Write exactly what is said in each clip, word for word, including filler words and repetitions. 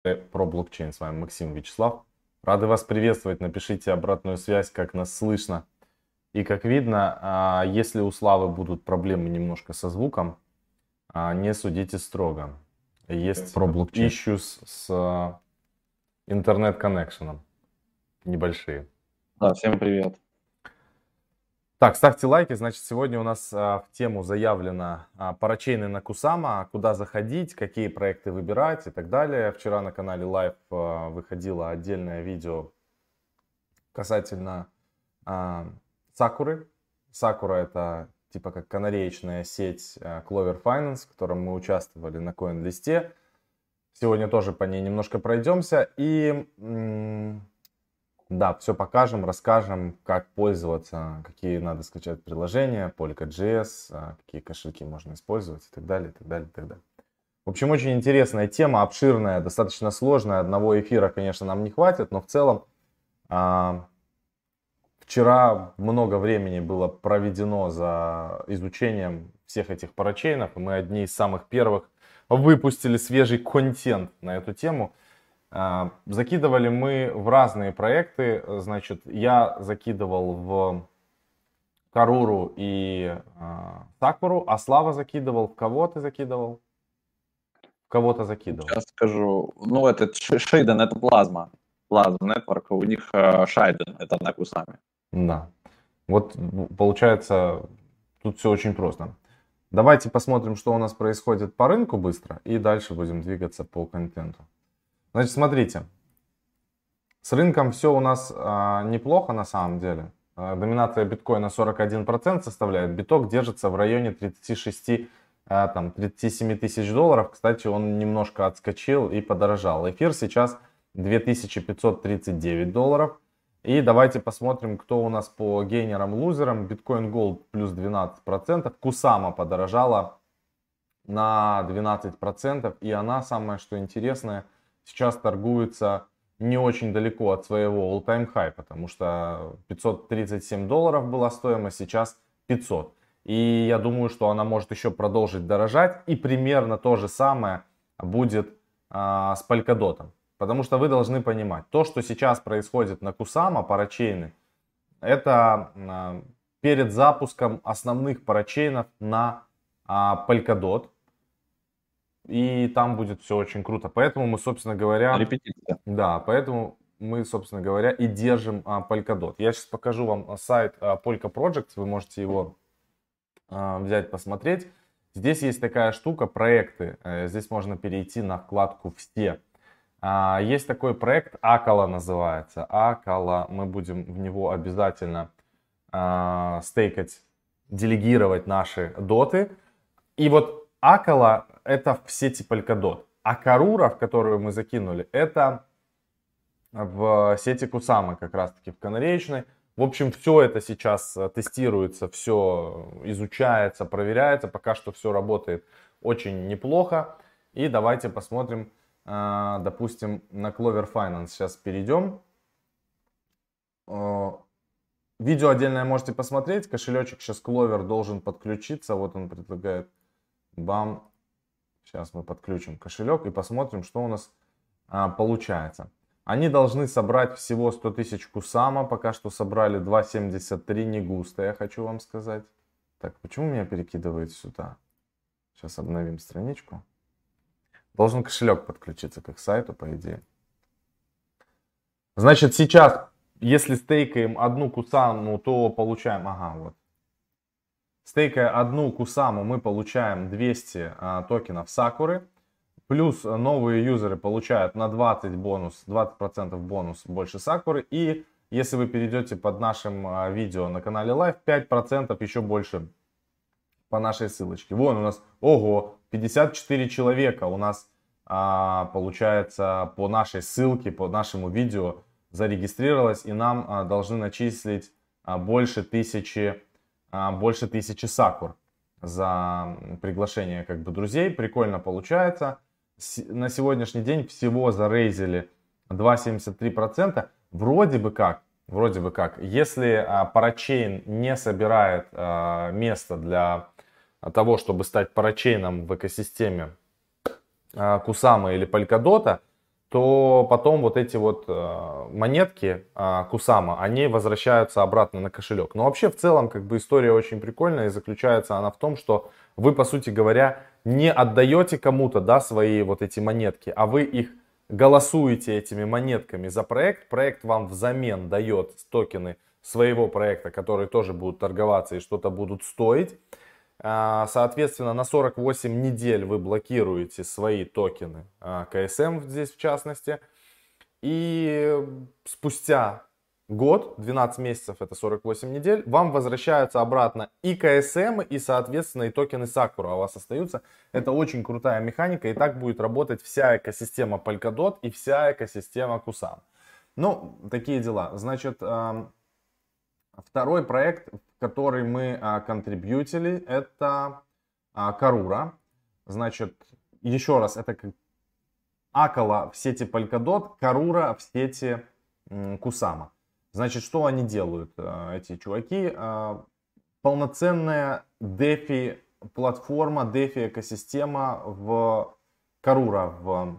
Про блокчейн. С вами Максим, Вячеслав. Рады вас приветствовать. Напишите обратную связь, как нас слышно и как видно. А если у Славы будут проблемы немножко со звуком, а, не судите строго. Есть Про блокчейн. issues с интернет-коннекшеном небольшие. Да, всем привет. Так, ставьте лайки. Значит, сегодня у нас а, в тему заявлено а, парачейны на Кусама, куда заходить, какие проекты выбирать и так далее. Вчера на канале Live а, выходило отдельное видео касательно а, Сакуры. Сакура — это типа как канареечная сеть а, Clover Finance, в котором мы участвовали на CoinList'е. Сегодня тоже по ней немножко пройдемся и... м- Да, все покажем, расскажем, как пользоваться, какие надо скачать приложения, Polka.js, а, какие кошельки можно использовать и так далее, и так далее, и так далее. В общем, очень интересная тема, обширная, достаточно сложная. Одного эфира, конечно, нам не хватит, но в целом а, вчера много времени было проведено за изучением всех этих парачейнов, и мы одни из самых первых выпустили свежий контент на эту тему. Закидывали мы в разные проекты. Значит, я закидывал в Каруру и Сакуру, а Слава закидывал. В кого ты закидывал? В кого-то закидывал. Сейчас скажу. Ну, этот Шейден, это плазма. Плазма Network. У них Шайден, это на Кусами. Да. Вот получается, тут все очень просто. Давайте посмотрим, что у нас происходит по рынку быстро, и дальше будем двигаться по контенту. Значит, смотрите. С рынком все у нас а, неплохо на самом деле. А, доминация биткоина сорок один процент составляет. Биток держится в районе тридцати шести, а, там, тридцати семи тысяч долларов. Кстати, он немножко отскочил и подорожал. Эфир сейчас две тысячи пятьсот тридцать девять долларов. И давайте посмотрим, кто у нас по гейнерам-лузерам. Биткоин Голд плюс двенадцать процентов. Кусама подорожала на двенадцать процентов. И она, самое что интересное, сейчас торгуется не очень далеко от своего all-time high, потому что пятьсот тридцать семь долларов была стоимость, сейчас пятьсот. И я думаю, что она может еще продолжить дорожать. И примерно то же самое будет а, с Polkadot. Потому что вы должны понимать, то, что сейчас происходит на Kusama, парачейны, это а, перед запуском основных парачейнов на а, Polkadot. И там будет все очень круто. Поэтому мы, собственно говоря... Репетиция. Да, поэтому мы, собственно говоря, и держим а, Polkadot. Я сейчас покажу вам сайт а, Polka Project. Вы можете его а, взять, посмотреть. Здесь есть такая штука, проекты. Здесь можно перейти на вкладку «Все». А, есть такой проект, Акала называется. Акала. Мы будем в него обязательно а, стейкать, делегировать наши доты. И вот Акала — это в сети Polkadot. А Карура, в которую мы закинули, это в сети Кусама, как раз таки в канареечной. В общем, все это сейчас тестируется, все изучается, проверяется. Пока что все работает очень неплохо. И давайте посмотрим, допустим, на Clover Finance. Сейчас перейдем. Видео отдельное можете посмотреть. Кошелечек сейчас Clover должен подключиться. Вот он предлагает. Бам. Сейчас мы подключим кошелек и посмотрим, что у нас а, получается. Они должны собрать всего сто тысяч Кусама. Пока что собрали два семьдесят три. Не густо, я хочу вам сказать. Так, почему меня перекидывает сюда? Сейчас обновим страничку. Должен кошелек подключиться к их сайту, по идее. Значит, сейчас, если стейкаем одну Кусаму, то получаем... Ага, вот. Стейкая одну Кусаму, мы получаем двести а, токенов Сакуры. Плюс новые юзеры получают на двадцать бонус, двадцать процентов бонус больше Сакуры. И если вы перейдете под нашим а, видео на канале Live, пять процентов еще больше по нашей ссылочке. Вон у нас, ого, пятьдесят четыре человека у нас а, получается по нашей ссылке, по нашему видео зарегистрировалось. И нам а, должны начислить а, больше тысячи больше тысячи сакур за приглашение как бы друзей. Прикольно получается. На сегодняшний день всего зарейзили два семьдесят три процента. Вроде бы как, вроде бы как, если парачейн не собирает место для того, чтобы стать парачейном в экосистеме Kusama или Polkadot, то потом вот эти вот э, монетки э, Кусама, они возвращаются обратно на кошелек. Но вообще в целом как бы история очень прикольная, и заключается она в том, что вы, по сути говоря, не отдаете кому-то, да, свои вот эти монетки, а вы их голосуете этими монетками за проект. Проект вам взамен дает токены своего проекта, которые тоже будут торговаться и что-то будут стоить. Соответственно, на сорок восемь недель вы блокируете свои токены ка эс эм здесь в частности. И спустя год, двенадцать месяцев, это сорок восемь недель, вам возвращаются обратно и ка эс эм, и, соответственно, и токены Sakura у вас остаются. Это очень крутая механика, и так будет работать вся экосистема Polkadot и вся экосистема Kusama. Ну, такие дела. Значит, второй проект, в который мы а, контрибьютили, это а, Karura. Значит, еще раз, это как Акала в сети Polkadot, Karura в сети м, Kusama. Значит, что они делают, а, эти чуваки? А, полноценная DeFi платформа, DeFi экосистема в Karura. В,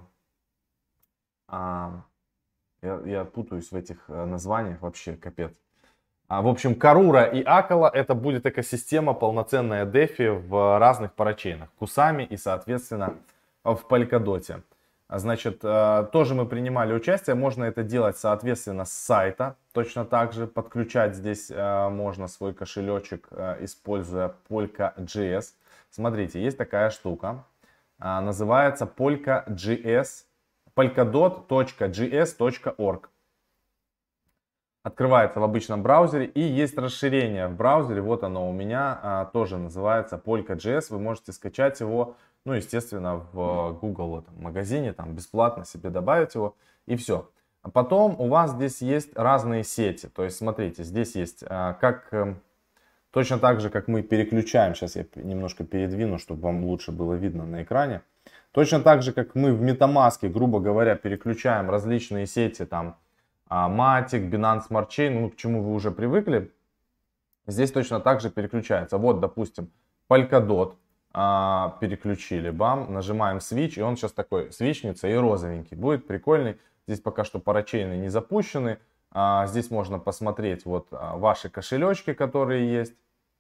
а, я, я путаюсь в этих названиях, вообще капец. В общем, Karura и Акала это будет экосистема, полноценная DeFi в разных парачейнах. Кусами и, соответственно, в Polkadot. Значит, тоже мы принимали участие. Можно это делать, соответственно, с сайта. Точно так же подключать здесь можно свой кошелечек, используя Polka.js. Смотрите, есть такая штука. Называется Polka.js. polkadot точка джей эс точка орг. Открывается в обычном браузере, и есть расширение в браузере, вот оно у меня, а, тоже называется Polka.js, вы можете скачать его, ну, естественно, в Google этом магазине, там бесплатно себе добавить его, и все. А потом у вас здесь есть разные сети, то есть смотрите, здесь есть, а, как, точно так же, как мы переключаем, сейчас я немножко передвину, чтобы вам лучше было видно на экране, точно так же, как мы в MetaMask, грубо говоря, переключаем различные сети, там, Matic, Binance Smart Chain, ну, к чему вы уже привыкли, здесь точно так же переключается. Вот, допустим, Polkadot а, переключили, бам, нажимаем Switch, и он сейчас такой свичнется и розовенький, будет прикольный. Здесь пока что парачейны не запущены, а, здесь можно посмотреть вот а, ваши кошелечки, которые есть.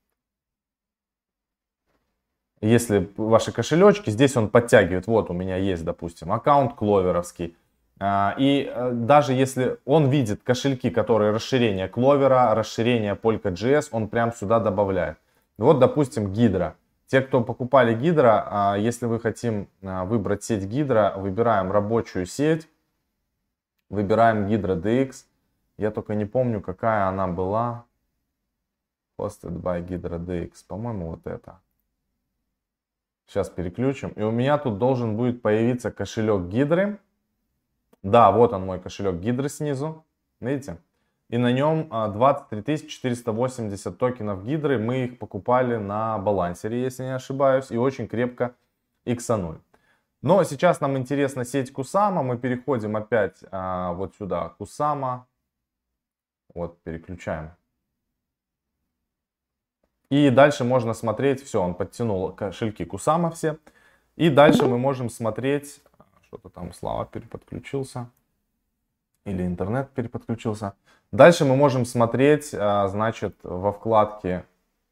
Если ваши кошелечки, здесь он подтягивает, вот у меня есть, допустим, аккаунт кловеровский. И даже если он видит кошельки, которые расширение Clover, расширение Polka.js, он прям сюда добавляет. Вот, допустим, Hydra. Те, кто покупали Hydra, если вы хотим выбрать сеть Hydra, выбираем рабочую сеть, выбираем Hydra ди экс. Я только не помню, какая она была. Hosted by Hydra ди экс. По-моему, вот это. Сейчас переключим. И у меня тут должен будет появиться кошелек Hydra. Да, вот он мой кошелек Hydra снизу, видите? И на нем двадцать три тысячи четыреста восемьдесят токенов Hydra. Мы их покупали на балансере, если не ошибаюсь, и очень крепко иксанули. Но сейчас нам интересна сеть Kusama. Мы переходим опять а, вот сюда, Kusama. Вот, переключаем. И дальше можно смотреть, все, он подтянул кошельки Kusama все. И дальше мы можем смотреть... Что-то там Слава переподключился. Или интернет переподключился. Дальше мы можем смотреть, значит, во вкладке...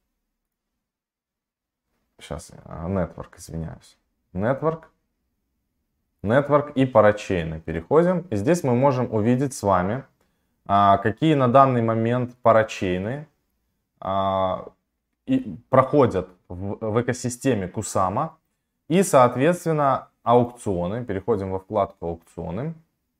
Сейчас, Network, извиняюсь. Network. Network и парачейны. Переходим. И здесь мы можем увидеть с вами, какие на данный момент парачейны проходят в экосистеме Kusama. И, соответственно, аукционы. Переходим во вкладку аукционы.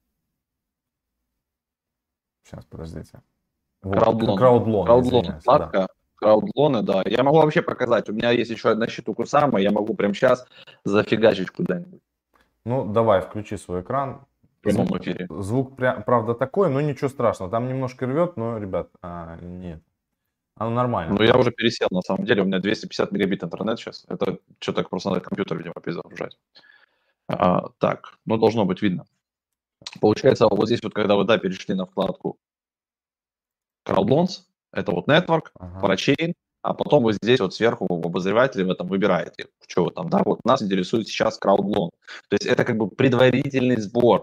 Сейчас, подождите. Краудлон. Краудлон, Краудлон вкладка. Да. Краудлоны, да. Я могу вообще показать. У меня есть еще одна счету Kusama. Я могу прямо сейчас зафигачить куда-нибудь. Ну, давай, включи свой экран. В прямом эфире. Звук, правда, такой, но ничего страшного. Там немножко рвет, но, ребят, а, нет. Оно нормально. Ну, я уже пересел, на самом деле. У меня двести пятьдесят мегабит интернет сейчас. Это что-то просто надо компьютер, видимо, перезагружать. А, так, ну, должно быть видно. Получается, вот здесь вот, когда вы, да, перешли на вкладку Crowdloans, это вот Network, ага. Parachain, а потом вот здесь вот сверху в обозревателе в этом выбираете, что вы там, да, вот нас интересует сейчас Crowdloan. То есть это как бы предварительный сбор.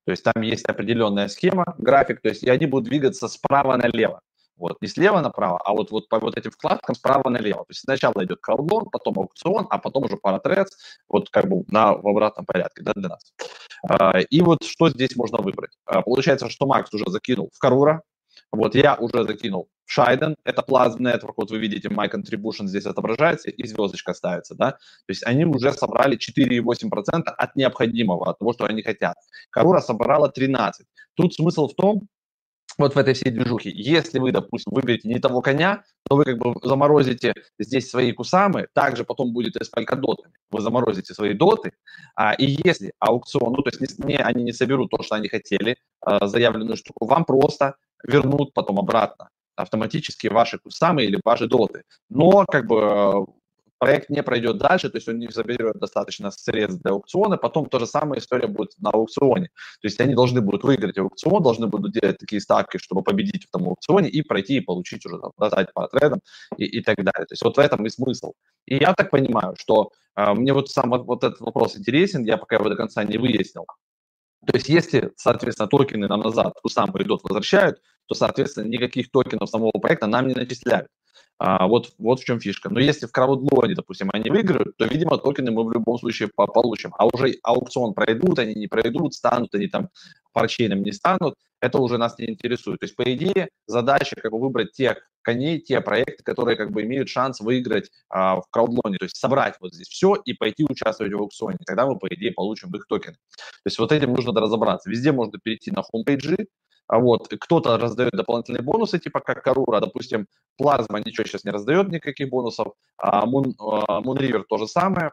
То есть там есть определенная схема, график, то есть и они будут двигаться справа налево. Вот, не слева направо, а вот, вот по вот этим вкладкам справа налево. То есть сначала идет краудлон, потом аукцион, а потом уже паратрец, вот как бы на, в обратном порядке, да, для нас. А, и вот что здесь можно выбрать. А, получается, что Макс уже закинул в Карура, вот я уже закинул в Шайден, это Plasma Network, вот вы видите, My Contribution здесь отображается, и звездочка ставится, да, то есть они уже собрали четыре и восемь десятых процента от необходимого, от того, что они хотят. Карура собрала тринадцать. Тут смысл в том, вот в этой всей движухе, если вы, допустим, выберете не того коня, то вы как бы заморозите здесь свои кусамы, также потом будет и с полькадотами. Вы заморозите свои доты, а, и если аукцион, ну то есть не, не, они не соберут то, что они хотели, а, заявленную штуку, вам просто вернут потом обратно автоматически ваши кусамы или ваши доты. Но как бы проект не пройдет дальше, то есть он не соберет достаточно средств для аукциона, потом то же самая история будет на аукционе. То есть они должны будут выиграть аукцион, должны будут делать такие ставки, чтобы победить в этом аукционе и пройти и получить уже, продать по трейдам и, и так далее. То есть вот в этом и смысл. И я так понимаю, что э, мне вот сам вот этот вопрос интересен, я пока его до конца не выяснил. То есть если, соответственно, токены нам назад ту самую дот возвращают, то, соответственно, никаких токенов самого проекта нам не начисляют. А, вот, вот в чем фишка. Но если в краудлоне, допустим, они выиграют, то, видимо, токены мы в любом случае получим. А уже аукцион пройдут, они не пройдут, станут они там парчейном, не станут, это уже нас не интересует. То есть, по идее, задача как бы выбрать тех коней, те проекты, которые как бы имеют шанс выиграть а, в краудлоне, то есть собрать вот здесь все и пойти участвовать в аукционе. Тогда мы, по идее, получим их токены. То есть вот этим нужно разобраться. Везде можно перейти на хомпейджи, а вот кто-то раздает дополнительные бонусы, типа как Карура, допустим, Плазма ничего сейчас не раздает, никаких бонусов, а Moon, а Moonriver то же самое,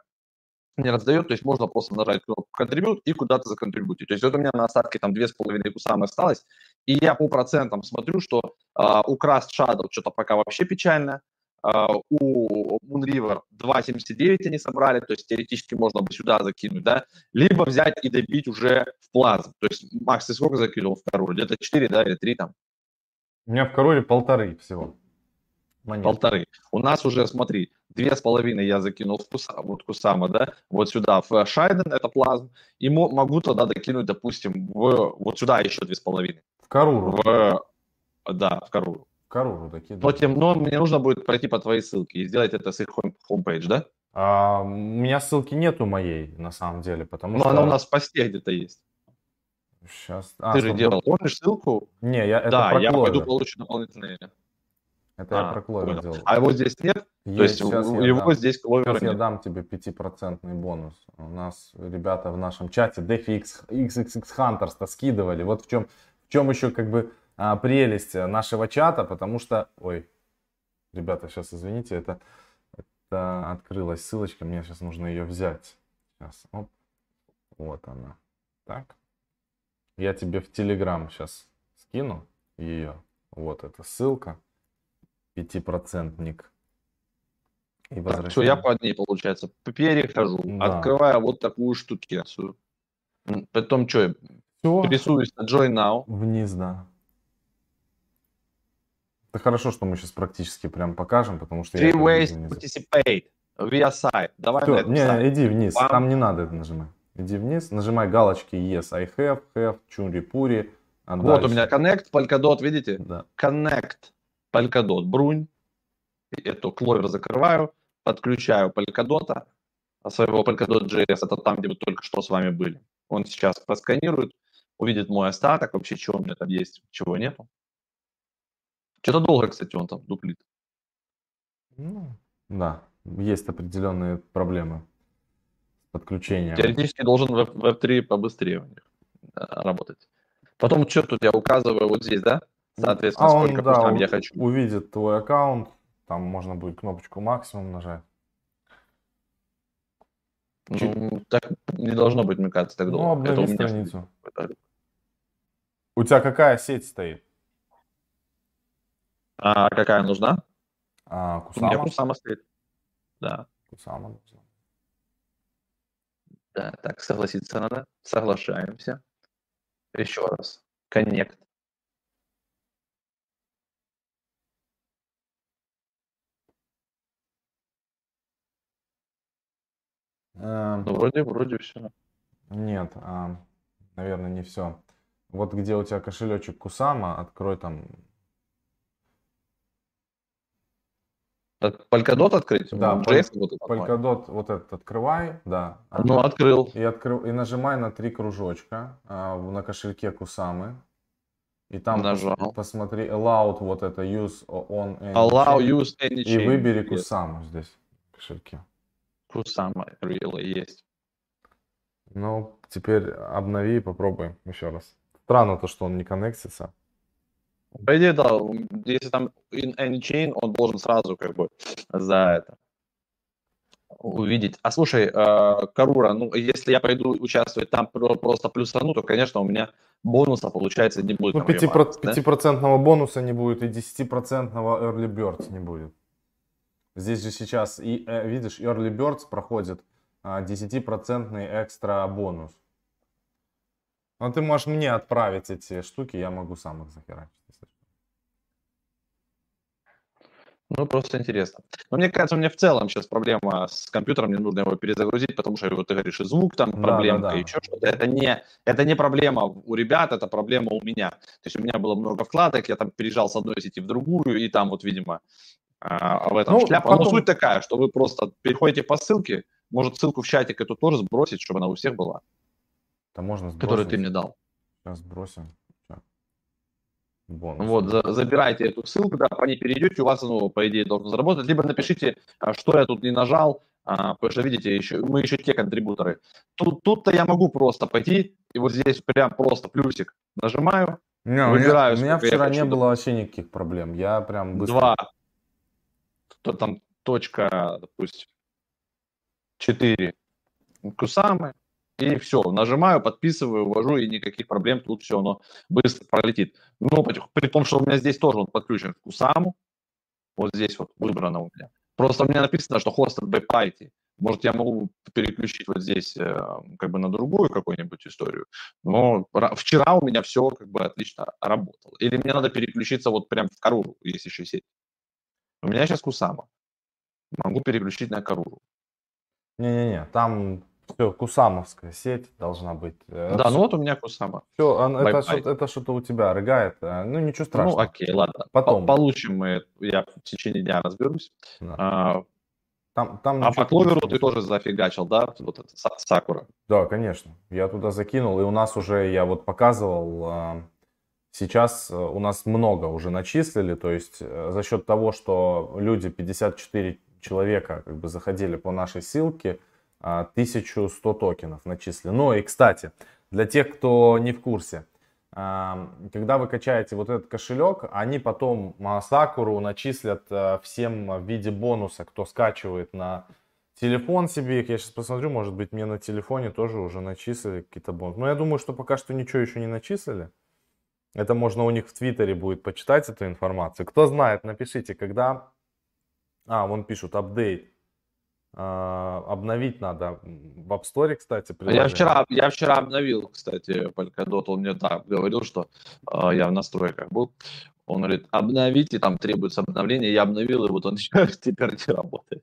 не раздает, то есть можно просто нажать кнопку контрибьют и куда-то законтрибьютить. То есть вот у меня на остатке там две с половиной кусамы осталось, и я по процентам смотрю, что а, у Crust Shadow что-то пока вообще печально, а, у Moonriver два семьдесят девять они собрали, то есть теоретически можно бы сюда закинуть, да, либо взять и добить уже в плазм. То есть Макс, ты сколько закинул в Каруру? Где-то четыре, да, или три там? У меня в Каруре полторы всего. Монет. Полторы. У нас уже, смотри, две с половиной я закинул в Куса, вот Кусама, да, вот сюда в Шайден, это плазм, и могу тогда докинуть, допустим, в, вот сюда еще две с половиной. В Каруру. В, да, в Каруру. В Каруру такие. Но, тем, но мне нужно будет пройти по твоей ссылке и сделать это с их хомпейдж, да? А, у меня ссылки нету моей, на самом деле, потому но что... она у нас в посте где-то есть. Сейчас. А, Ты же делал, помнишь ссылку? Не, я, это да, про я Кловер. пойду получу дополнительные. Это а, я про Кловер понял. делал. А его здесь нет? Есть, То есть его дам, здесь Кловера сейчас нет. я дам тебе пятипроцентный бонус. У нас ребята в нашем чате Дефи икс икс икс Hunters-то скидывали. Вот в чем, в чем еще как бы а, прелесть нашего чата, потому что... Ой, ребята, сейчас извините, это, это открылась ссылочка, мне сейчас нужно ее взять. Сейчас, оп, вот она. Так. Я тебе в Телеграм сейчас скину ее. Вот эта ссылка. Пятипроцентник. И так, все, я под ней, получается, перехожу, да. Открываю вот такую штукенцию. Потом что, рисуюсь на Join Now. Вниз, да. Это хорошо, что мы сейчас практически прям покажем, потому что Three ways to participate via site. Давай Всё, на эту не, сайт. иди вниз, Бам. там не надо это нажимать. Иди вниз, нажимай галочки Yes, I have, have, Churi Puri. А вот дальше... у меня Connect, Polkadot, видите? Да. Connect, Polkadot, Брунь. Эту Кловер закрываю, подключаю Polkadot, своего Polkadot.js, это там, где мы только что с вами были. Он сейчас просканирует, увидит мой остаток, вообще, чего у меня там есть, чего нету. Что-то долго, кстати, он там дуплит. Ну, да, есть определенные проблемы с подключением. Теоретически должен в эф три побыстрее у них работать. Потом что тут я указываю вот здесь, да? Соответственно, а сколько он, да, там я хочу. Увидит твой аккаунт, там можно будет кнопочку максимум нажать. Ну, так не должно быть, мне кажется, так долго. Ну, обнови Это страницу. У тебя какая сеть стоит? А какая нужна? А, Кусама? У меня Кусама стоит. Да. Кусама нужна. Да, так, согласиться надо. Соглашаемся. Еще раз. Connect. Эм... Ну, вроде, вроде все. Нет, а, наверное, не все. Вот где у тебя кошелечек Кусама, открой там. Polkadot открыть? Да, Он Пол- джей эс вот этот мой. Polkadot вот этот открывай, да. Ну, откры- открыл. И, открыл, и нажимай на три кружочка а, в- на кошельке Кусамы. И там пос- Нажал. посмотри allowed вот это use on any Allow chain. use any И chain. выбери Yes. Кусаму здесь в кошельке. Kusama really есть. Ну, теперь обнови и попробуем еще раз. Странно то, что он не коннектится. По идее, да, если там in any chain, он должен сразу как бы за это увидеть. А слушай, э, Карура, ну, если я пойду участвовать там про- просто плюсану, то, конечно, у меня бонуса, получается, не будет. Ну, на моей базе, да? пятипроцентного бонуса не будет и десятипроцентного early birds не будет. Здесь же сейчас, и, э, видишь, early birds проходит а, десятипроцентный экстра бонус. Но ты можешь мне отправить эти штуки, я могу сам их захерачить. если что. Ну, просто интересно. Но мне кажется, у меня в целом сейчас проблема с компьютером, мне нужно его перезагрузить, потому что, вот ты говоришь, и звук там Да, проблемка, да, да. и еще что-то. Это не, это не проблема у ребят, это проблема у меня. То есть у меня было много вкладок, я там переезжал с одной сети в другую, и там вот, видимо, а, в этом Ну, шляпа. Но потом- суть такая, что вы просто переходите по ссылке, может, ссылку в чатик эту тоже сбросить, чтобы она у всех была, Это можно которую ты сбросить. мне дал. Сейчас сбросим. Ща. Бонус. Вот, за- забирайте эту ссылку, да, по ней перейдете, у вас, ну, по идее, должно заработать. Либо напишите, а, что я тут не нажал, а, потому что, видите, еще, мы еще те контрибуторы. Тут, тут-то я могу просто пойти, и вот здесь прям просто плюсик нажимаю, Не, у меня, выбираю, у меня сколько я вчера хочу, не было вообще никаких проблем. Я прям быстро... два, то там точка, допустим, четыре Кусамы, и все, нажимаю, подписываю, ввожу, и никаких проблем, тут все, оно быстро пролетит. Ну, при, при том, что у меня здесь тоже он подключен к Кусаму, вот здесь вот выбрано у меня. Просто у меня написано, что hosted by Python. Может, я могу переключить вот здесь э, как бы на другую какую-нибудь историю. Но ра- вчера у меня все как бы отлично работало. Или мне надо переключиться вот прям в Каруру, есть еще сеть. У меня сейчас Кусама. Могу переключить на Каруру. Не-не-не, там все, кусамовская сеть должна быть. Да, ну вот у меня Кусама. Все, это, Bye-bye. что- это что-то у тебя рыгает. э, Ну, ничего Ну, страшного. окей, ладно. Потом. По- Получим мы, я в течение дня разберусь. Да. А, Там, там а ничего по кловеру страшного. ты тоже зафигачил, да? Вот это Са- Сакура. Да, конечно. Я туда закинул, и у нас уже, я вот показывал, а, сейчас э, у нас много уже начислили, то есть э, за счет того, что люди, пятьдесят четыре человека, как бы заходили по нашей ссылке, а, тысяча сто токенов начислили. Ну и, кстати, для тех, кто не в курсе, а, когда вы качаете вот этот кошелек, они потом а, Сакуру начислят а, всем в виде бонуса, кто скачивает на телефон себе их. Я сейчас посмотрю, может быть, мне на телефоне тоже уже начислили какие-то бонусы. Но я думаю, что пока что ничего еще не начислили. Это можно у них в Твиттере будет почитать эту информацию. Кто знает, напишите, когда... А, вон пишут, апдейт. А, обновить надо в App Store, кстати, Я приложение. вчера, я вчера обновил, кстати, Polkadot. Он мне так говорил, что э, я в настройках был. Он говорит, обновите, там требуется обновление. Я обновил, и вот он теперь не работает.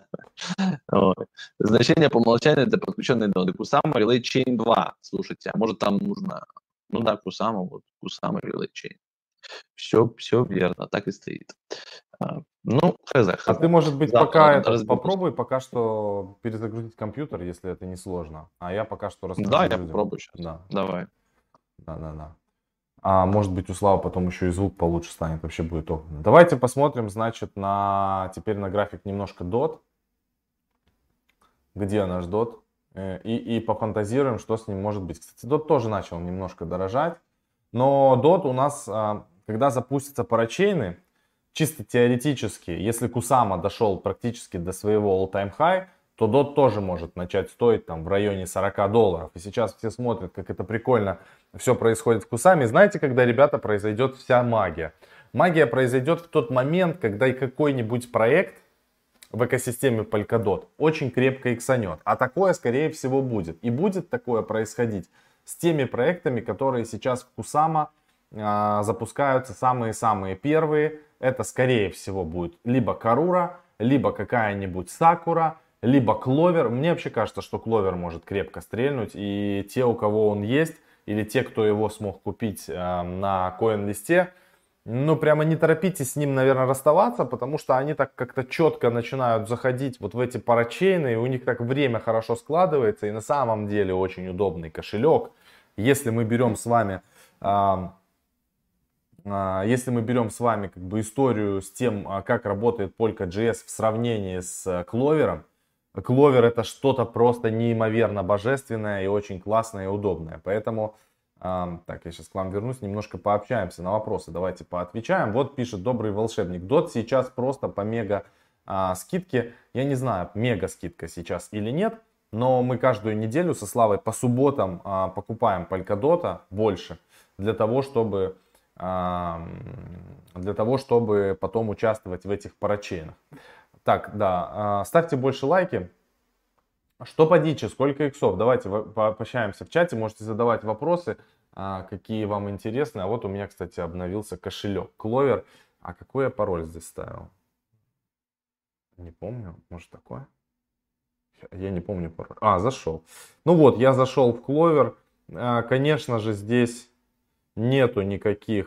Вот. Значение по умолчанию для подключенной ноды. Kusama Relay Chain два. Слушайте, а может там нужно... Ну да, Kusama, вот Kusama Relay Chain. Все, все верно, так и стоит. А, ну, хз, хз. А ты, может быть, Завтра пока надо это, разберусь. попробуй пока что перезагрузить компьютер, если это не сложно. А я пока что расскажу Да, я людям. попробую сейчас. Да, Давай. да, да, да. А может быть, у Славы потом еще и звук получше станет, вообще будет огненно. Давайте посмотрим, значит, на теперь на график немножко дот. Где наш дот? Э, И, и пофантазируем, что с ним может быть. Кстати, дот тоже начал немножко дорожать. Но дот у нас, а, когда запустятся парачейны, чисто теоретически, если Кусама дошел практически до своего all-time high, то дот тоже может начать стоить там в районе сорок долларов. И сейчас все смотрят, как это прикольно все происходит в Кусаме. Знаете, когда, ребята, произойдет вся магия? Магия произойдет в тот момент, когда и какой-нибудь проект в экосистеме Polkadot очень крепко иксанет. А такое, скорее всего, будет. И будет такое происходить с теми проектами, которые сейчас в Кусама э, запускаются самые-самые первые. Это, скорее всего, будет либо Карура, либо какая-нибудь Сакура, либо Кловер. Мне вообще кажется, что Кловер может крепко стрельнуть. И те, у кого он есть, или те, кто его смог купить э, на CoinList'е, ну, прямо не торопитесь с ним, наверное, расставаться, потому что они так как-то четко начинают заходить вот в эти парачейны, и у них так время хорошо складывается, и на самом деле очень удобный кошелек. Если мы берем с вами, а, а, если мы берем с вами как бы историю с тем, как работает Polka.js в сравнении с Clover, Clover это что-то просто неимоверно божественное и очень классное и удобное, поэтому... Так, я сейчас к вам вернусь, немножко пообщаемся на вопросы, давайте поотвечаем. Вот пишет добрый волшебник, дот сейчас просто по мега а, скидке, я не знаю, мега скидка сейчас или нет, но мы каждую неделю со Славой по субботам а, покупаем Polkadot больше, для того, чтобы, а, для того, чтобы потом участвовать в этих парачейнах. Так, да, а, ставьте больше лайки. Что по дичи, сколько иксов? Давайте пообщаемся в чате, можете задавать вопросы, какие вам интересны. А вот у меня, кстати, обновился кошелек Clover. А какой я пароль здесь ставил? Не помню, может такое? Я не помню пароль. А, зашел. Ну вот, я зашел в Clover. Конечно же, здесь нету никаких,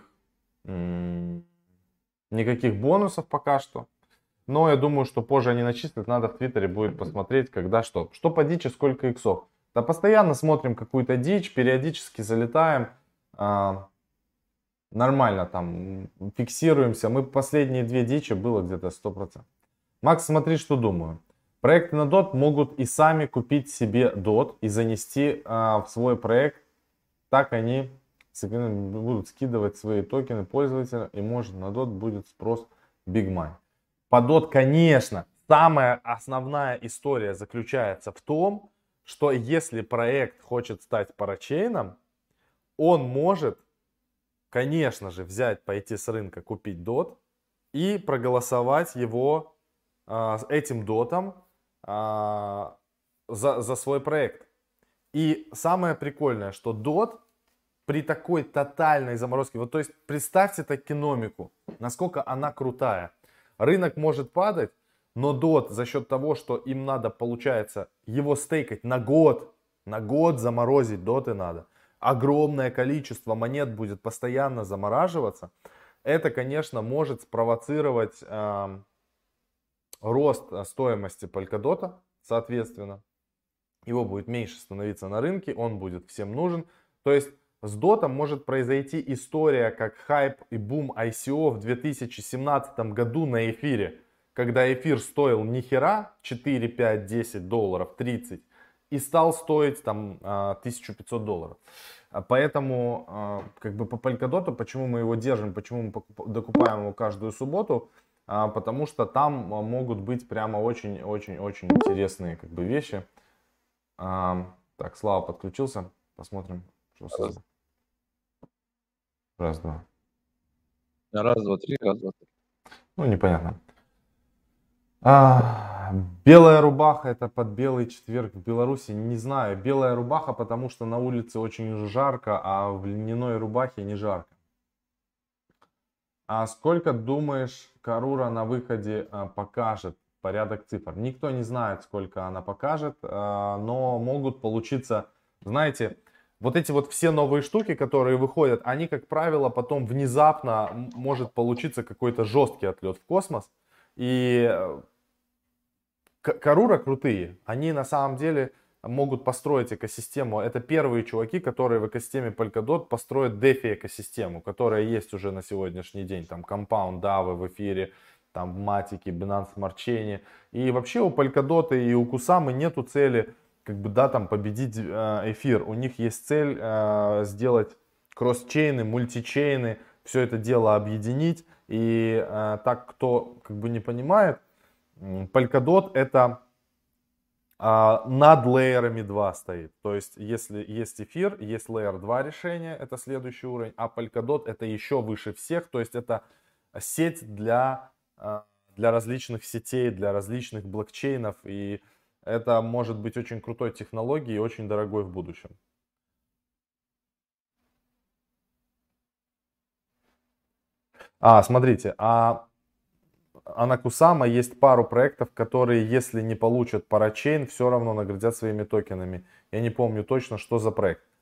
никаких бонусов пока что. Но я думаю, что позже они начислят. Надо в Твиттере будет посмотреть, когда что. Что по дичи, сколько иксов. Да постоянно смотрим какую-то дичь, периодически залетаем. А, нормально там фиксируемся. Мы последние две дичи было где-то сто процентов. Макс, смотри, что думаю. Проекты на дот могут и сами купить себе дот и занести а, в свой проект. Так они будут скидывать свои токены пользователя. И может на дот будет спрос Big Money. По дот, конечно, самая основная история заключается в том, что если проект хочет стать парачейном, он может, конечно же, взять, пойти с рынка, купить дот и проголосовать его э, этим дотом э, за, за свой проект. И самое прикольное, что дот при такой тотальной заморозке, вот то есть представьте токеномику, насколько она крутая. Рынок может падать, но дот за счет того, что им надо, получается, его стейкать на год, на год заморозить доты надо. Огромное количество монет будет постоянно замораживаться. Это, конечно, может спровоцировать э, рост стоимости Polkadot, соответственно. Его будет меньше становиться на рынке, он будет всем нужен. То есть с дотом может произойти история, как хайп и бум ай си о в две тысячи семнадцатом году на эфире, когда эфир стоил ни хера четыре, пять, десять долларов, тридцать и стал стоить там тысячу пятьсот долларов. Поэтому как бы по Polkadot, почему мы его держим, почему мы докупаем его каждую субботу, потому что там могут быть прямо очень-очень-очень интересные как бы вещи. Так, Слава подключился, посмотрим. Раз. раз, два. Раз, два, три, раз, два, три. Ну, непонятно. А, белая рубаха, это под белый четверг в Беларуси. Не знаю, белая рубаха, потому что на улице очень жарко, а в льняной рубахе не жарко. А сколько, думаешь, Карура на выходе а, покажет? Порядок цифр. Никто не знает, сколько она покажет, а, но могут получиться, знаете... Вот эти вот все новые штуки, которые выходят, они, как правило, потом внезапно может получиться какой-то жесткий отлет в космос. И Карура крутые. Они на самом деле могут построить экосистему. Это первые чуваки, которые в экосистеме Polkadot построят дефи экосистему, которая есть уже на сегодняшний день. Там Compound, давы в эфире, там в Матике, Binance Smart Chain. И вообще у Polkadot и у Kusama нету цели как бы, да, там победить э, эфир. У них есть цель э, сделать кросс-чейны, мультичейны, все это дело объединить. И э, так, кто как бы не понимает, Polkadot это э, над лейерами два стоит. То есть, если есть эфир, есть лейер два решения, это следующий уровень, а Polkadot это еще выше всех. То есть, это сеть для, э, для различных сетей, для различных блокчейнов. И это может быть очень крутой технологией и очень дорогой в будущем. А, смотрите, а, а на Kusama есть пару проектов, которые, если не получат парачейн, все равно наградят своими токенами. Я не помню точно, что за проект.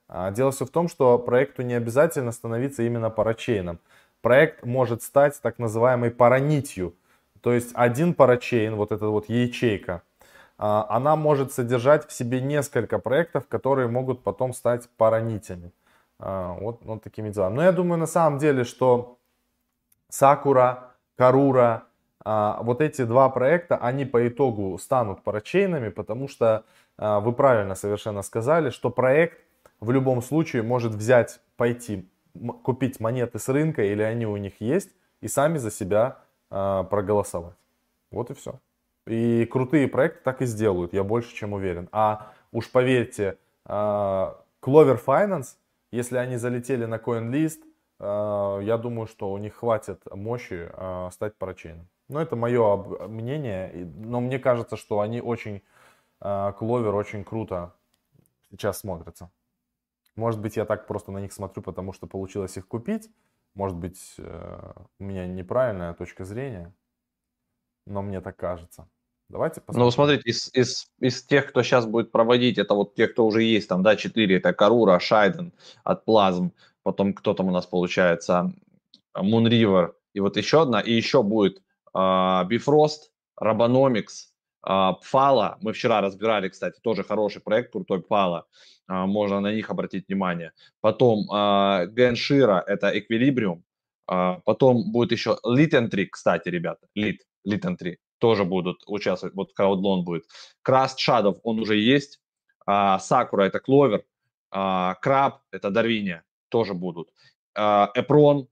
А, дело все в том, что проекту не обязательно становиться именно парачейном. Проект может стать так называемой паранитью. То есть один парачейн, вот эта вот ячейка, а, она может содержать в себе несколько проектов, которые могут потом стать паранитями. А, вот, вот такими делами. Но я думаю на самом деле, что Sakura, Karura, а, вот эти два проекта, они по итогу станут парачейнами, потому что а, вы правильно совершенно сказали, что проект в любом случае может взять, пойти купить монеты с рынка, или они у них есть, и сами за себя а, проголосовать. Вот и все. И крутые проекты так и сделают, я больше чем уверен. А уж поверьте, а, Clover Finance, если они залетели на CoinList, а, я думаю, что у них хватит мощи а, стать парачейном. Но это мое мнение, но мне кажется, что они очень, Clover очень круто сейчас смотрятся. Может быть, я так просто на них смотрю, потому что получилось их купить. Может быть, у меня неправильная точка зрения, но мне так кажется. Давайте посмотрим. Ну, смотрите, из, из, из тех, кто сейчас будет проводить, это вот те, кто уже есть, там, да, четыре, это Карура, Шайден от Плазм, потом кто там у нас получается, Moonriver, и вот еще одна, и еще будет uh, Bifrost, Robonomics, uh, Pfala, мы вчера разбирали, кстати, тоже хороший проект, крутой Pfala, uh, можно на них обратить внимание. Потом uh, Genshira, это Equilibrium, uh, потом будет еще Lit Entry, кстати, ребята, Lit, Lit Entry. Тоже будут участвовать, вот краудлон будет. Crust Shadow, он уже есть. Sakura это Clover. Краб это Дарвиния, тоже будут. Эпрон,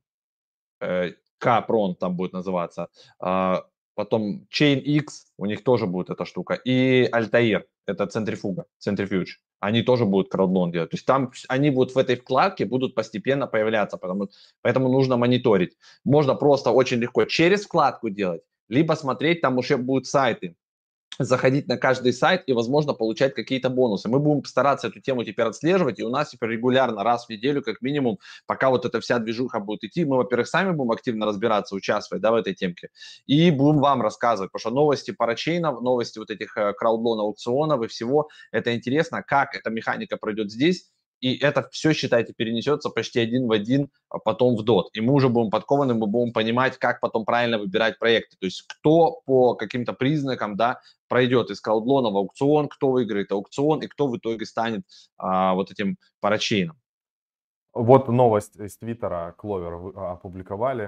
Капрон там будет называться. Потом Chain X, у них тоже будет эта штука. И Altair, это центрифуга, центрифьюж. Они тоже будут краудлон делать. То есть там они будут в этой вкладке будут постепенно появляться, потому, поэтому нужно мониторить. Можно просто очень легко через вкладку делать, либо смотреть, там уже будут сайты, заходить на каждый сайт и, возможно, получать какие-то бонусы. Мы будем стараться эту тему теперь отслеживать, и у нас теперь регулярно, раз в неделю, как минимум, пока вот эта вся движуха будет идти, мы, во-первых, сами будем активно разбираться, участвовать, да, в этой темке, и будем вам рассказывать, потому что новости парачейнов, новости вот этих краудлонов, аукционов и всего, это интересно, как эта механика пройдет здесь, и это все, считайте, перенесется почти один в один потом в дот. И мы уже будем подкованы, мы будем понимать, как потом правильно выбирать проекты. То есть кто по каким-то признакам, да, пройдет из краудлона в аукцион, кто выиграет аукцион и кто в итоге станет а, вот этим парачейном. Вот новость из Твиттера, Clover опубликовали.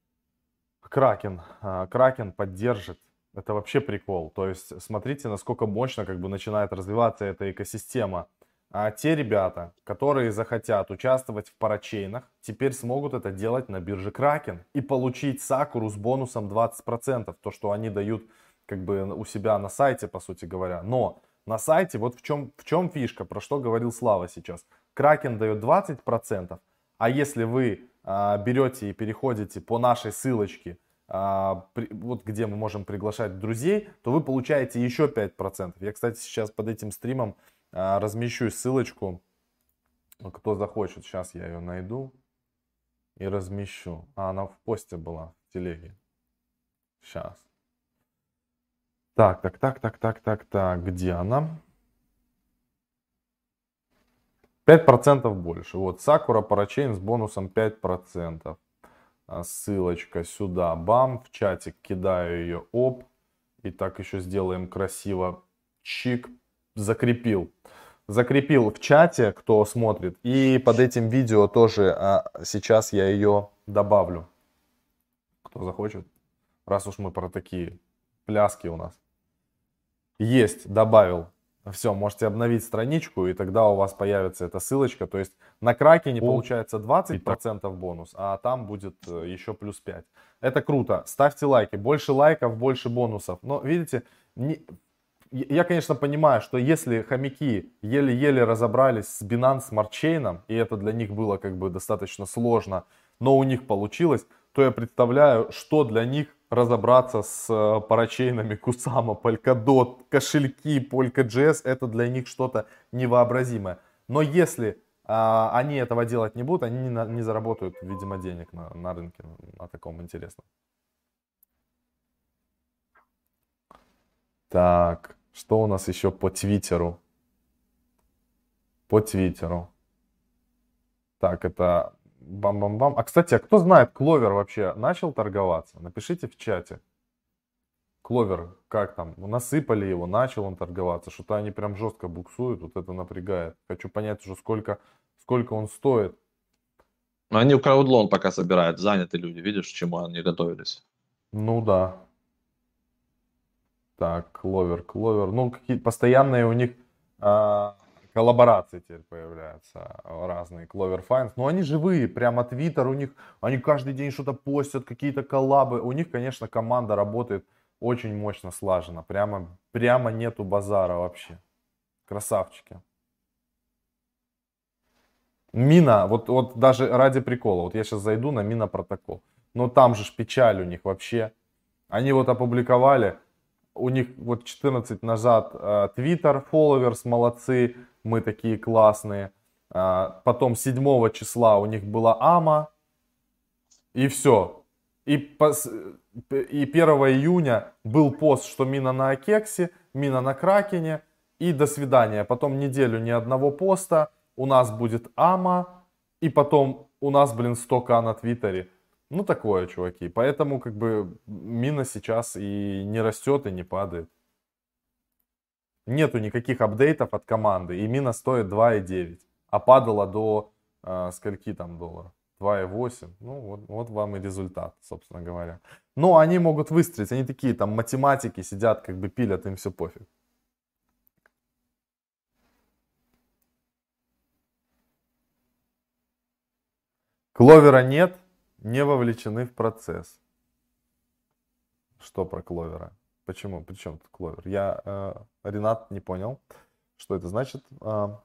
Кракен, Кракен поддержит. Это вообще прикол. То есть смотрите, насколько мощно как бы начинает развиваться эта экосистема. А те ребята, которые захотят участвовать в парачейнах, теперь смогут это делать на бирже Кракен и получить Сакуру с бонусом двадцать процентов. То, что они дают как бы у себя на сайте, по сути говоря. Но на сайте вот в чем, в чем фишка, про что говорил Слава сейчас. Кракен дает двадцать процентов, а если вы а, берете и переходите по нашей ссылочке, а, при, вот где мы можем приглашать друзей, то вы получаете еще пять процентов. Я, кстати, сейчас под этим стримом а, размещу ссылочку, кто захочет. Сейчас я ее найду и размещу. А, она в посте была, в телеге. Сейчас. Так, так, так, так, так, так, так, где она? пять процентов больше. Вот, Sakura Parachain с бонусом пять процентов. Ссылочка сюда, бам, в чатик кидаю ее, оп. И так еще сделаем красиво. Чик, закрепил. Закрепил в чате, кто смотрит. И под этим видео тоже а, сейчас я ее добавлю. Кто захочет. Раз уж мы про такие пляски у нас. Есть, добавил. Все, можете обновить страничку, и тогда у вас появится эта ссылочка. То есть на Кракене получается двадцать процентов бонус, а там будет еще плюс пять. Это круто. Ставьте лайки. Больше лайков, больше бонусов. Но видите, не... я, конечно, понимаю, что если хомяки еле-еле разобрались с Binance Smart Chain, и это для них было как бы достаточно сложно, но у них получилось, то я представляю, что для них разобраться с парачейнами Kusama, Polkadot, кошельки, Polka.js, это для них что-то невообразимое. Но если а, они этого делать не будут, они не, не заработают, видимо, денег на, на рынке, на таком интересном. Так, что у нас еще по Твиттеру? По Твиттеру. Так, это бам-бам-бам. А, кстати, а кто знает, Кловер вообще начал торговаться? Напишите в чате. Кловер, как там? Насыпали его, начал он торговаться. Что-то они прям жестко буксуют, вот это напрягает. Хочу понять уже, сколько, сколько он стоит. Но они краудлон пока собирают, заняты люди, видишь, к чему они готовились. Ну да. Так, Кловер, Кловер. Ну, какие постоянные у них а, коллаборации теперь появляются. Разные Кловер Finance. Но они живые, прямо Твиттер у них. Они каждый день что-то постят, какие-то коллабы. У них, конечно, команда работает очень мощно слаженно. Прямо, прямо нету базара вообще. Красавчики. Мина, вот, вот даже ради прикола. Вот я сейчас зайду на Мина протокол. Но там же ж печаль у них вообще. Они вот опубликовали. У них вот четырнадцать назад Twitter followers, молодцы, мы такие классные. А, потом седьмого числа у них была ама. И все. И, пос, и первого июня был пост, что мина на Акексе, мина на Кракене. И до свидания. Потом неделю ни одного поста. У нас будет ама. И потом у нас, блин, сто тысяч на Твиттере. Ну, такое, чуваки. Поэтому, как бы, мина сейчас и не растет, и не падает. Нету никаких апдейтов от команды. И мина стоит два и девять. А падала до э, скольки там долларов? два и восемь. Ну, вот, вот вам и результат, собственно говоря. Но они могут выстрелить. Они такие, там, математики сидят, как бы пилят, им все пофиг. Кловера нет. Не вовлечены в процесс. Что про Кловера? Почему? Причем тут Кловер? Я, э, Ренат, не понял, что это значит. А,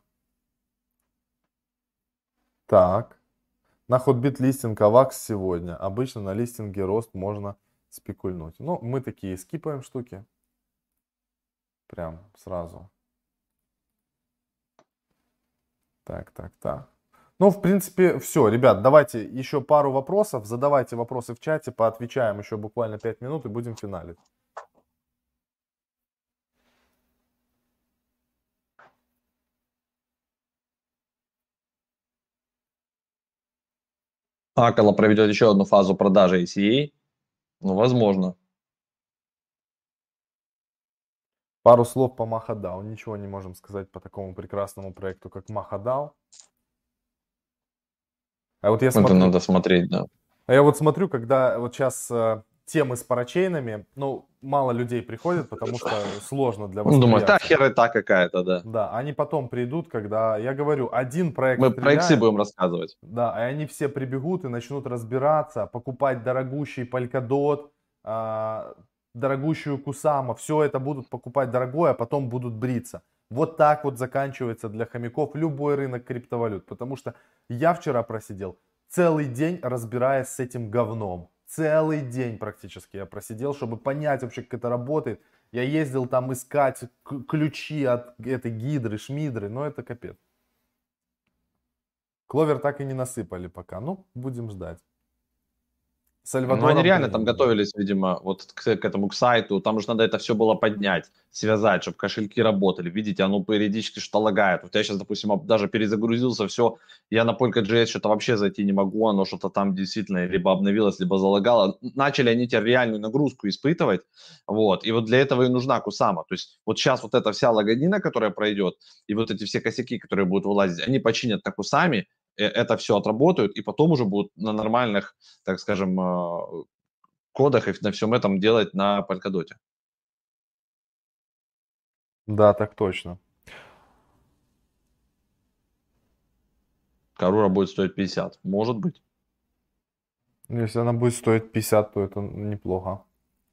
так. На Hotbit листинг Авакс сегодня. Обычно на листинге рост можно спекульнуть. Ну, мы такие скипаем штуки. Прям сразу. Так, так, так. Ну, в принципе, все. Ребят, давайте еще пару вопросов. Задавайте вопросы в чате, поотвечаем еще буквально пять минут и будем финалить. Акала проведет еще одну фазу продажи эй си эй. Ну, возможно. Пару слов по MahaDAO. Ничего не можем сказать по такому прекрасному проекту, как MahaDAO. А вот я Это смотрю, надо смотреть, да. А я вот смотрю, когда вот сейчас э, темы с парачейнами, ну, мало людей приходят, потому что сложно для Ну, восприятия. думаю, та херета какая-то, да. Да, они потом придут, когда, я говорю, один проект Мы про иксы стреляет, будем рассказывать. да, и они все прибегут и начнут разбираться, покупать дорогущий Polkadot, а, дорогущую Кусама, все это будут покупать дорогое, а потом будут бриться. Вот так вот заканчивается для хомяков любой рынок криптовалют, потому что я вчера просидел целый день, разбираясь с этим говном. Целый день практически я просидел, чтобы понять вообще, как это работает. Я ездил там искать ключи от этой гидры, шмидры, но это капец. Кловер так и не насыпали пока. Ну, будем ждать. Ну, они реально там готовились, видимо, вот к, к этому, к сайту. Там же надо это все было поднять, связать, чтобы кошельки работали. Видите, оно периодически что-то лагает. Вот я сейчас, допустим, даже перезагрузился, все. Я на Polka.js что-то вообще зайти не могу. Оно что-то там действительно либо обновилось, либо залагало. Начали они теперь реальную нагрузку испытывать. Вот. И вот для этого и нужна Кусама. То есть вот сейчас вот эта вся лагодина, которая пройдет, и вот эти все косяки, которые будут вылазить, они починят на Кусаме, это все отработают, и потом уже будут на нормальных, так скажем, кодах и на всем этом делать на Polkadot. Да, так точно. Карура будет стоить пятьдесят. Может быть. Если она будет стоить пятьдесят, то это неплохо.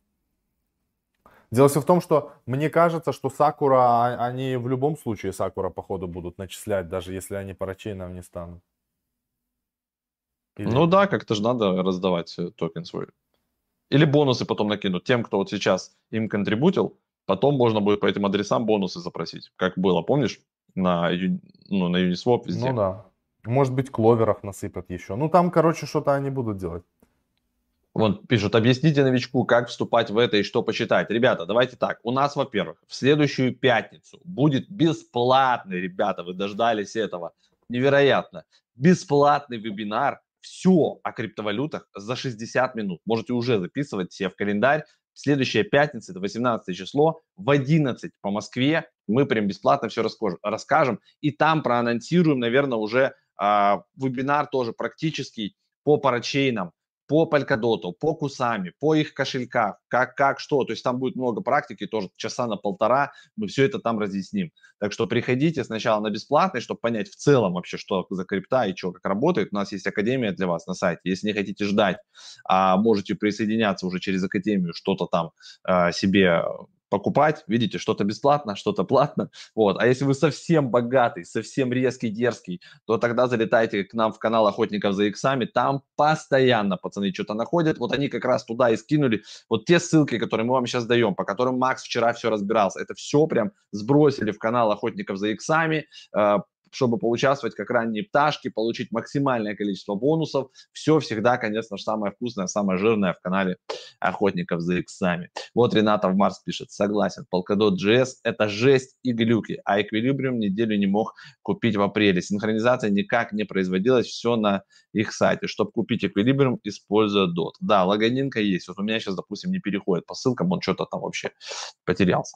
Дело все в том, что мне кажется, что Сакура, они в любом случае Сакура, походу, будут начислять, даже если они парачейном не станут. Или... Ну да, как-то же надо раздавать токен свой. Или бонусы потом накинут. Тем, кто вот сейчас им контрибутил, потом можно будет по этим адресам бонусы запросить. Как было, помнишь, на, ну, на Uniswap везде. Ну да. Может быть, кловеров насыпят еще. Ну там, короче, что-то они будут делать. Вон пишут, объясните новичку, как вступать в это и что почитать. Ребята, давайте так. У нас, во-первых, в следующую пятницу будет бесплатный, ребята, вы дождались этого. Невероятно. бесплатный вебинар, все о криптовалютах за шестьдесят минут. Можете уже записывать себе в календарь. Следующая пятница, это восемнадцатое число, в одиннадцать по Москве. Мы прям бесплатно все расскажем. И там проанонсируем, наверное, уже а, вебинар тоже практический по парачейнам, по Polkadot, по Кусами, по их кошельках, как, как, что. То есть там будет много практики, тоже часа на полтора, мы все это там разъясним. Так что приходите сначала на бесплатный, чтобы понять в целом вообще, что за крипта и что, как работает. У нас есть академия для вас на сайте. Если не хотите ждать, а можете присоединяться уже через академию, что-то там а, себе покупать, видите, что-то бесплатно, что-то платно, вот, а если вы совсем богатый, совсем резкий, дерзкий, то тогда залетайте к нам в канал Охотников за иксами, там постоянно пацаны что-то находят, вот они как раз туда и скинули, вот те ссылки, которые мы вам сейчас даем, по которым Макс вчера все разбирался, это все прям сбросили в канал Охотников за иксами, чтобы поучаствовать как ранние пташки, получить максимальное количество бонусов. Все всегда, конечно же, самое вкусное, самое жирное в канале Охотников за иксами. Вот Рената в Марс пишет, согласен, Polkadot джи эс это жесть и глюки, а Equilibrium неделю не мог купить в апреле. Синхронизация никак не производилась, все на их сайте. Чтобы купить Equilibrium, используя дот. Да, логининка есть. Вот у меня сейчас, допустим, не переходит по ссылкам, он что-то там вообще потерялся.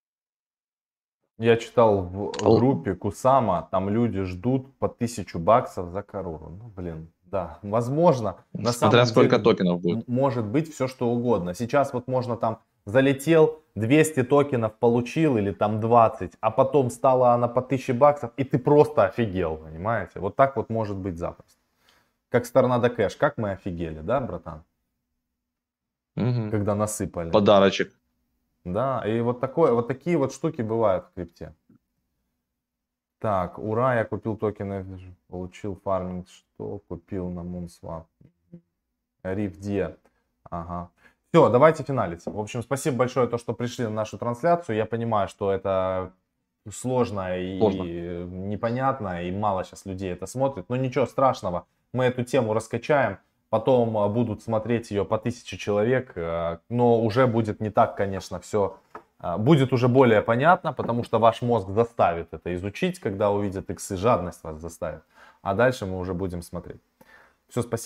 Я читал в группе Кусама, там люди ждут по тысячу баксов за Каруру. Ну, блин, да, возможно. На Смотря самом сколько деле, токенов будет. Может быть все что угодно. Сейчас вот можно там залетел, двести токенов получил или там двадцать, а потом стала она по тысяче баксов, и ты просто офигел, понимаете? Вот так вот может быть запросто. Как с Торнадо Кэш, как мы офигели, да, братан? Угу. Когда насыпали. Подарочек. Да, и вот, такое, вот такие вот штуки бывают в крипте. Так, ура, я купил токены, получил фарминг, что купил на Moonswap. Рифде. Ага. Все, давайте финалить. В общем, спасибо большое, то, что пришли на нашу трансляцию. Я понимаю, что это сложно и сложно. непонятно, и мало сейчас людей это смотрит. Но ничего страшного, мы эту тему раскачаем. Потом будут смотреть ее по тысяче человек, но уже будет не так, конечно, все. Будет уже более понятно, потому что ваш мозг заставит это изучить, когда увидит иксы, жадность вас заставит. А дальше мы уже будем смотреть. Все, спасибо.